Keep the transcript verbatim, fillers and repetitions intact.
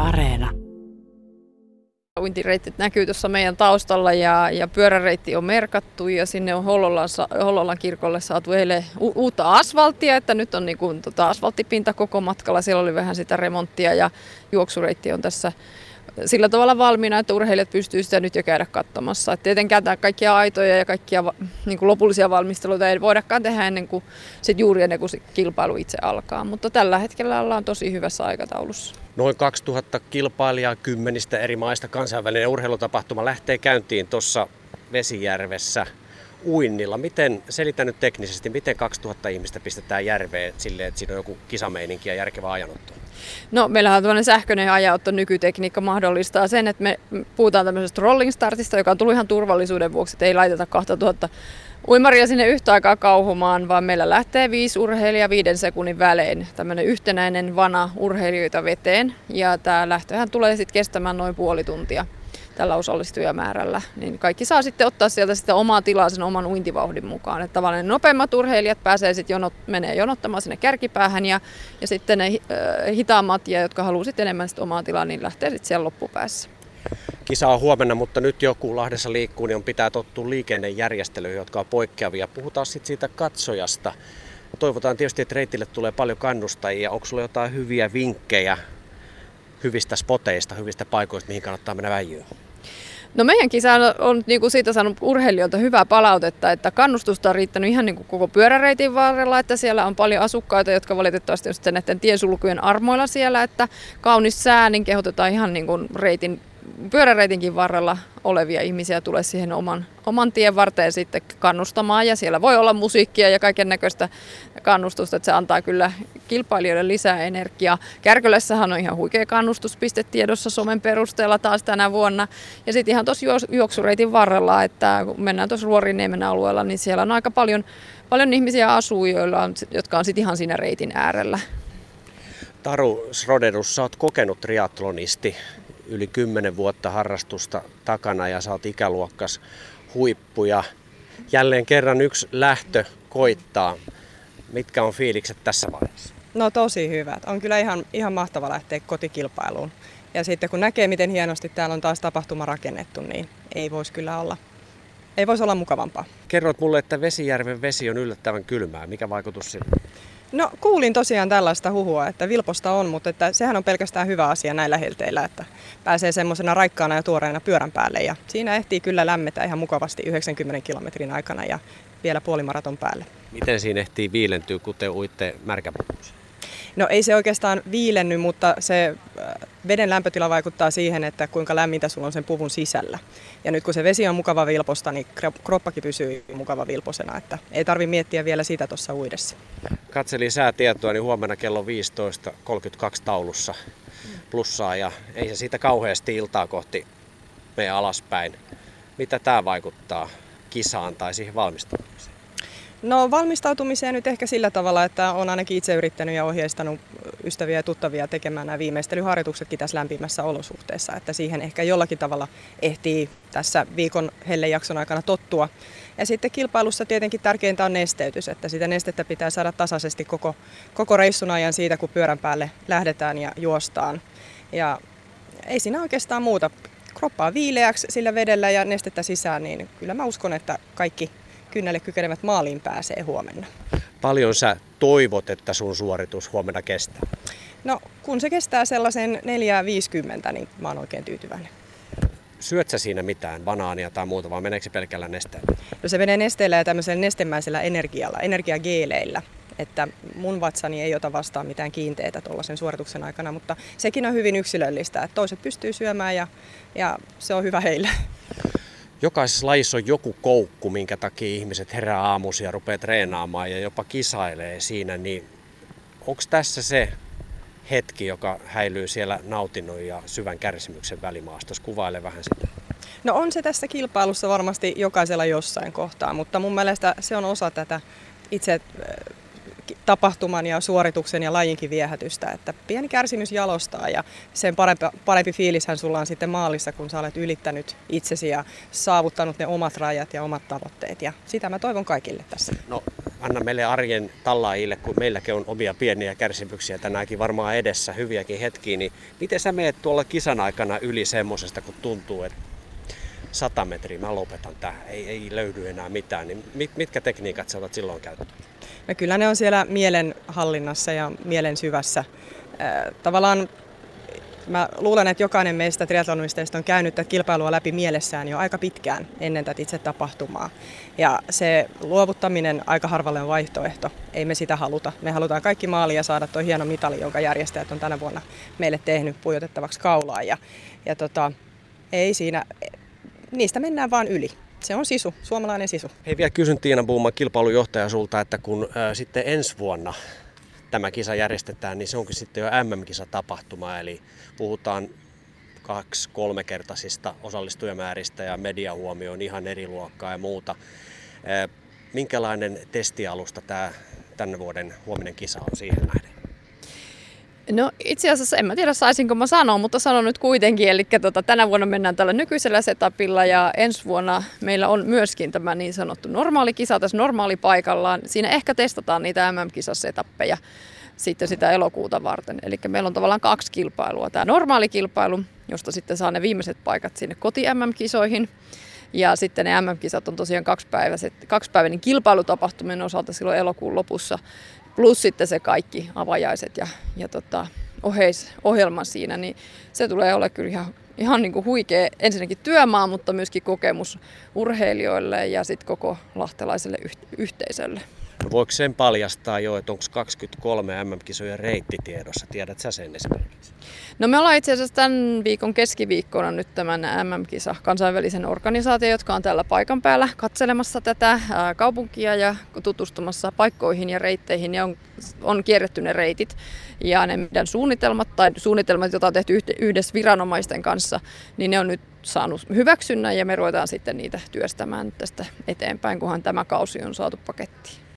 Areena. Uintireitit näkyy tuossa meidän taustalla ja, ja pyöräreitti on merkattu ja sinne on Hollolan, Hollolan kirkolle saatu eilen u- uutta asfalttia, että nyt on niin kuin, tota, asfalttipinta koko matkalla. Siellä oli vähän sitä remonttia ja juoksureitti on tässä sillä tavalla valmiina, että urheilijat pystyvät sitä nyt jo käydä katsomassa. Et tietenkään kaikkia aitoja ja kaikkia niin kuin lopullisia valmisteluita ei voidakaan tehdä ennen kuin, sit juuri ennen kuin se kilpailu itse alkaa, mutta tällä hetkellä ollaan tosi hyvässä aikataulussa. Noin kaksituhatta kilpailijaa kymmenistä eri maista. Kansainvälinen urheilutapahtuma lähtee käyntiin tuossa Vesijärvessä uinnilla. Miten, selitä nyt teknisesti, miten kaksituhatta ihmistä pistetään järveen silleen, että siinä on joku kisameininki ja järkevä ajanotto? No, meillähän on tämmöinen sähköinen ajanotto, nykytekniikka mahdollistaa sen, että me puhutaan tämmöisestä rolling startista, joka on tullut ihan turvallisuuden vuoksi, että ei laiteta kaksituhatta uimaria sinne yhtä aikaa kauhumaan, vaan meillä lähtee viisi urheilijaa viiden sekunnin välein. Tämmöinen yhtenäinen vana urheilijoita veteen ja tämä lähtöhän tulee sitten kestämään noin puoli tuntia tällä osallistujamäärällä, niin kaikki saa sitten ottaa sieltä sitä omaa tilaa sen oman uintivauhdin mukaan. Että tavallaan nopeimmat urheilijat pääsee sitten jonot, menee jonottamaan sinne kärkipäähän ja, ja sitten ne äh, hitaammat, ja jotka haluaa sitten enemmän sit omaa tilaa, niin lähtee sitten siellä loppupäässä. Kisa on huomenna, mutta nyt joku Lahdessa liikkuu, niin on pitää tottua liikennejärjestelyihin, jotka on poikkeavia. Puhutaan sitten siitä katsojasta. Toivotaan tietysti, että reitille tulee paljon kannustajia. Onko sulla jotain hyviä vinkkejä hyvistä spoteista, hyvistä paikoista, mihin kannattaa mennä väijyyn? No meidän kisa on niin kuin siitä saanut urheilijoilta hyvää palautetta, että kannustusta on riittänyt ihan niin kuin koko pyöräreitin varrella, että siellä on paljon asukkaita, jotka valitettavasti on sitten näiden tiesulkujen armoilla siellä, että kaunis sää, niin kehotetaan ihan niin kuin reitin, pyöräreitinkin varrella olevia ihmisiä tulee siihen oman, oman tien varteen sitten kannustamaan, ja siellä voi olla musiikkia ja kaiken näköistä kannustusta, että se antaa kyllä kilpailijoille lisää energiaa. Kärkölässähän on ihan huikea kannustuspiste tiedossa somen perusteella taas tänä vuonna, ja sitten ihan tuossa juoksureitin varrella, että kun mennään tuossa Ruoriniemen alueella, niin siellä on aika paljon, paljon ihmisiä asuu, joilla on, jotka on sitten ihan siinä reitin äärellä. Taru Sroderus, sä oot kokenut triathlonisti. Yli kymmenen vuotta harrastusta takana ja sä oot ikäluokkas huippuja. Jälleen kerran yksi lähtö koittaa. Mitkä on fiilikset tässä vaiheessa? No tosi hyvät. On kyllä ihan, ihan mahtava lähteä kotikilpailuun. Ja sitten kun näkee, miten hienosti täällä on taas tapahtuma rakennettu, niin ei voisi kyllä olla, ei voisi olla mukavampaa. Kerroit mulle, että Vesijärven vesi on yllättävän kylmää. Mikä vaikutus sillä? No kuulin tosiaan tällaista huhua, että vilposta on, mutta että sehän on pelkästään hyvä asia näillä helteillä, että pääsee semmoisena raikkaana ja tuoreena pyörän päälle. Ja siinä ehtii kyllä lämmetä ihan mukavasti yhdeksänkymmenen kilometrin aikana ja vielä puolimaraton päälle. Miten siinä ehtii viilentyä, kun te uitte märkäpukussa? No ei se oikeastaan viilenny, mutta se veden lämpötila vaikuttaa siihen, että kuinka lämmintä sulla on sen puvun sisällä. Ja nyt kun se vesi on mukava vilposta, niin kroppakin pysyy mukava vilposena, että ei tarvitse miettiä vielä sitä tuossa uidessa. Katselin säätietoa, niin huomenna kello viisitoista kolmekymmentäkaksi taulussa plussaa ja ei se siitä kauheasti iltaa kohti mene alaspäin. Mitä tämä vaikuttaa kisaan tai siihen valmistautumiseen? No valmistautumiseen nyt ehkä sillä tavalla, että olen ainakin itse yrittänyt ja ohjeistanut ystäviä ja tuttavia tekemään nämä viimeistelyharjoituksetkin tässä lämpimässä olosuhteessa, että siihen ehkä jollakin tavalla ehtii tässä viikon hellejakson aikana tottua. Ja sitten kilpailussa tietenkin tärkeintä on nesteytys, että sitä nestettä pitää saada tasaisesti koko, koko reissun ajan siitä, kun pyörän päälle lähdetään ja juostaan. Ja ei siinä oikeastaan muuta. Kroppaa viileäksi sillä vedellä ja nestettä sisään, niin kyllä mä uskon, että kaikki kynnelle kykenevät maaliin pääsee huomenna. Paljon sä toivot, että sun suoritus huomenna kestää? No kun se kestää sellaisen neljä viisikymmentä, niin mä oon oikein tyytyväinen. Syöt sä siinä mitään, banaania tai muuta, vai meneekö se pelkällä nesteellä? No se menee nesteellä ja tämmöisellä nestemäisellä energialla, energiageeleillä. Että mun vatsani ei ota vastaan mitään kiinteitä tuollaisen suorituksen aikana, mutta sekin on hyvin yksilöllistä, että toiset pystyy syömään ja, ja se on hyvä heille. Jokaisessa lajissa on joku koukku, minkä takia ihmiset herää aamuisin ja rupeaa treenaamaan ja jopa kisailee siinä, niin onko tässä se hetki, joka häilyy siellä nautinnon ja syvän kärsimyksen välimaastossa? Kuvaile vähän sitä. No on se tässä kilpailussa varmasti jokaisella jossain kohtaa, mutta mun mielestä se on osa tätä itse tapahtuman ja suorituksen ja lajinkin viehätystä, että pieni kärsimys jalostaa ja sen parempi, parempi fiilishän sulla on sitten maalissa, kun sä olet ylittänyt itsesi ja saavuttanut ne omat rajat ja omat tavoitteet ja sitä mä toivon kaikille tässä. No anna meille arjen tallaajille, kun meilläkin on omia pieniä kärsimyksiä tänäänkin varmaan edessä, hyviäkin hetkiä, niin miten sä meet tuolla kisan aikana yli semmosesta, kun tuntuu, että sata metriä mä lopetan tähän, ei, ei löydy enää mitään, niin mit, mitkä tekniikat sä otat silloin käyttöön? No kyllä ne on siellä mielen hallinnassa ja mielen syvässä. Tavallaan mä luulen, että jokainen meistä triatlonisteista on käynyt tätä kilpailua läpi mielessään jo aika pitkään ennen tätä itse tapahtumaa. Ja se luovuttaminen aika harvalle on vaihtoehto. Ei me sitä haluta. Me halutaan kaikki maaliin ja saada tuo hieno mitali, jonka järjestäjät on tänä vuonna meille tehnyt pujotettavaksi kaulaan. Ja, ja tota, ei siinä, niistä mennään vaan yli. Se on sisu, suomalainen sisu. Hei, vielä kysyn Tiina Boman kilpailujohtaja sulta, että kun ää, sitten ensi vuonna tämä kisa järjestetään, niin se onkin sitten jo äm äm-kisatapahtuma, eli puhutaan kaksi kolmekertaisista osallistujamääristä ja mediahuomio on ihan eri luokkaa ja muuta. Minkälainen testialusta tämä tänne vuoden huominen kisa on siihen nähden? No itse asiassa en mä tiedä saisinko mä sanoa, mutta sanon nyt kuitenkin. Eli tota, tänä vuonna mennään tällä nykyisellä setupilla ja ensi vuonna meillä on myöskin tämä niin sanottu normaali kisa tässä normaalipaikallaan. Siinä ehkä testataan niitä äm äm-kisasetappeja sitten sitä elokuuta varten. Eli meillä on tavallaan kaksi kilpailua. Tämä normaali kilpailu, josta sitten saa ne viimeiset paikat sinne koti-äm äm-kisoihin. Ja sitten ne äm äm-kisat on tosiaan kaksipäiväiset, kaksipäiväinen kilpailutapahtumien osalta silloin elokuun lopussa. Plus sitten se kaikki avajaiset ja, ja tota, oheisohjelma siinä, niin se tulee olla kyllä ihan, ihan niin kuin huikea ensinnäkin työmaa, mutta myöskin kokemus urheilijoille ja sitten koko lahtelaiselle yhteisölle. No voiko sen paljastaa jo, että onko kaksikymmentäkolme äm äm-kisojen reitti tiedossa? Tiedät sä sen esimerkiksi? No me ollaan itse asiassa tämän viikon keskiviikkona nyt tämän äm äm-kisa kansainvälisen organisaation, jotka on täällä paikan päällä katselemassa tätä kaupunkia ja tutustumassa paikkoihin ja reitteihin. Ja on, on kierretty ne reitit ja ne meidän suunnitelmat tai suunnitelmat, joita on tehty yhdessä viranomaisten kanssa, niin ne on nyt saanut hyväksynnän ja me ruvetaan sitten niitä työstämään tästä eteenpäin, kunhan tämä kausi on saatu pakettiin.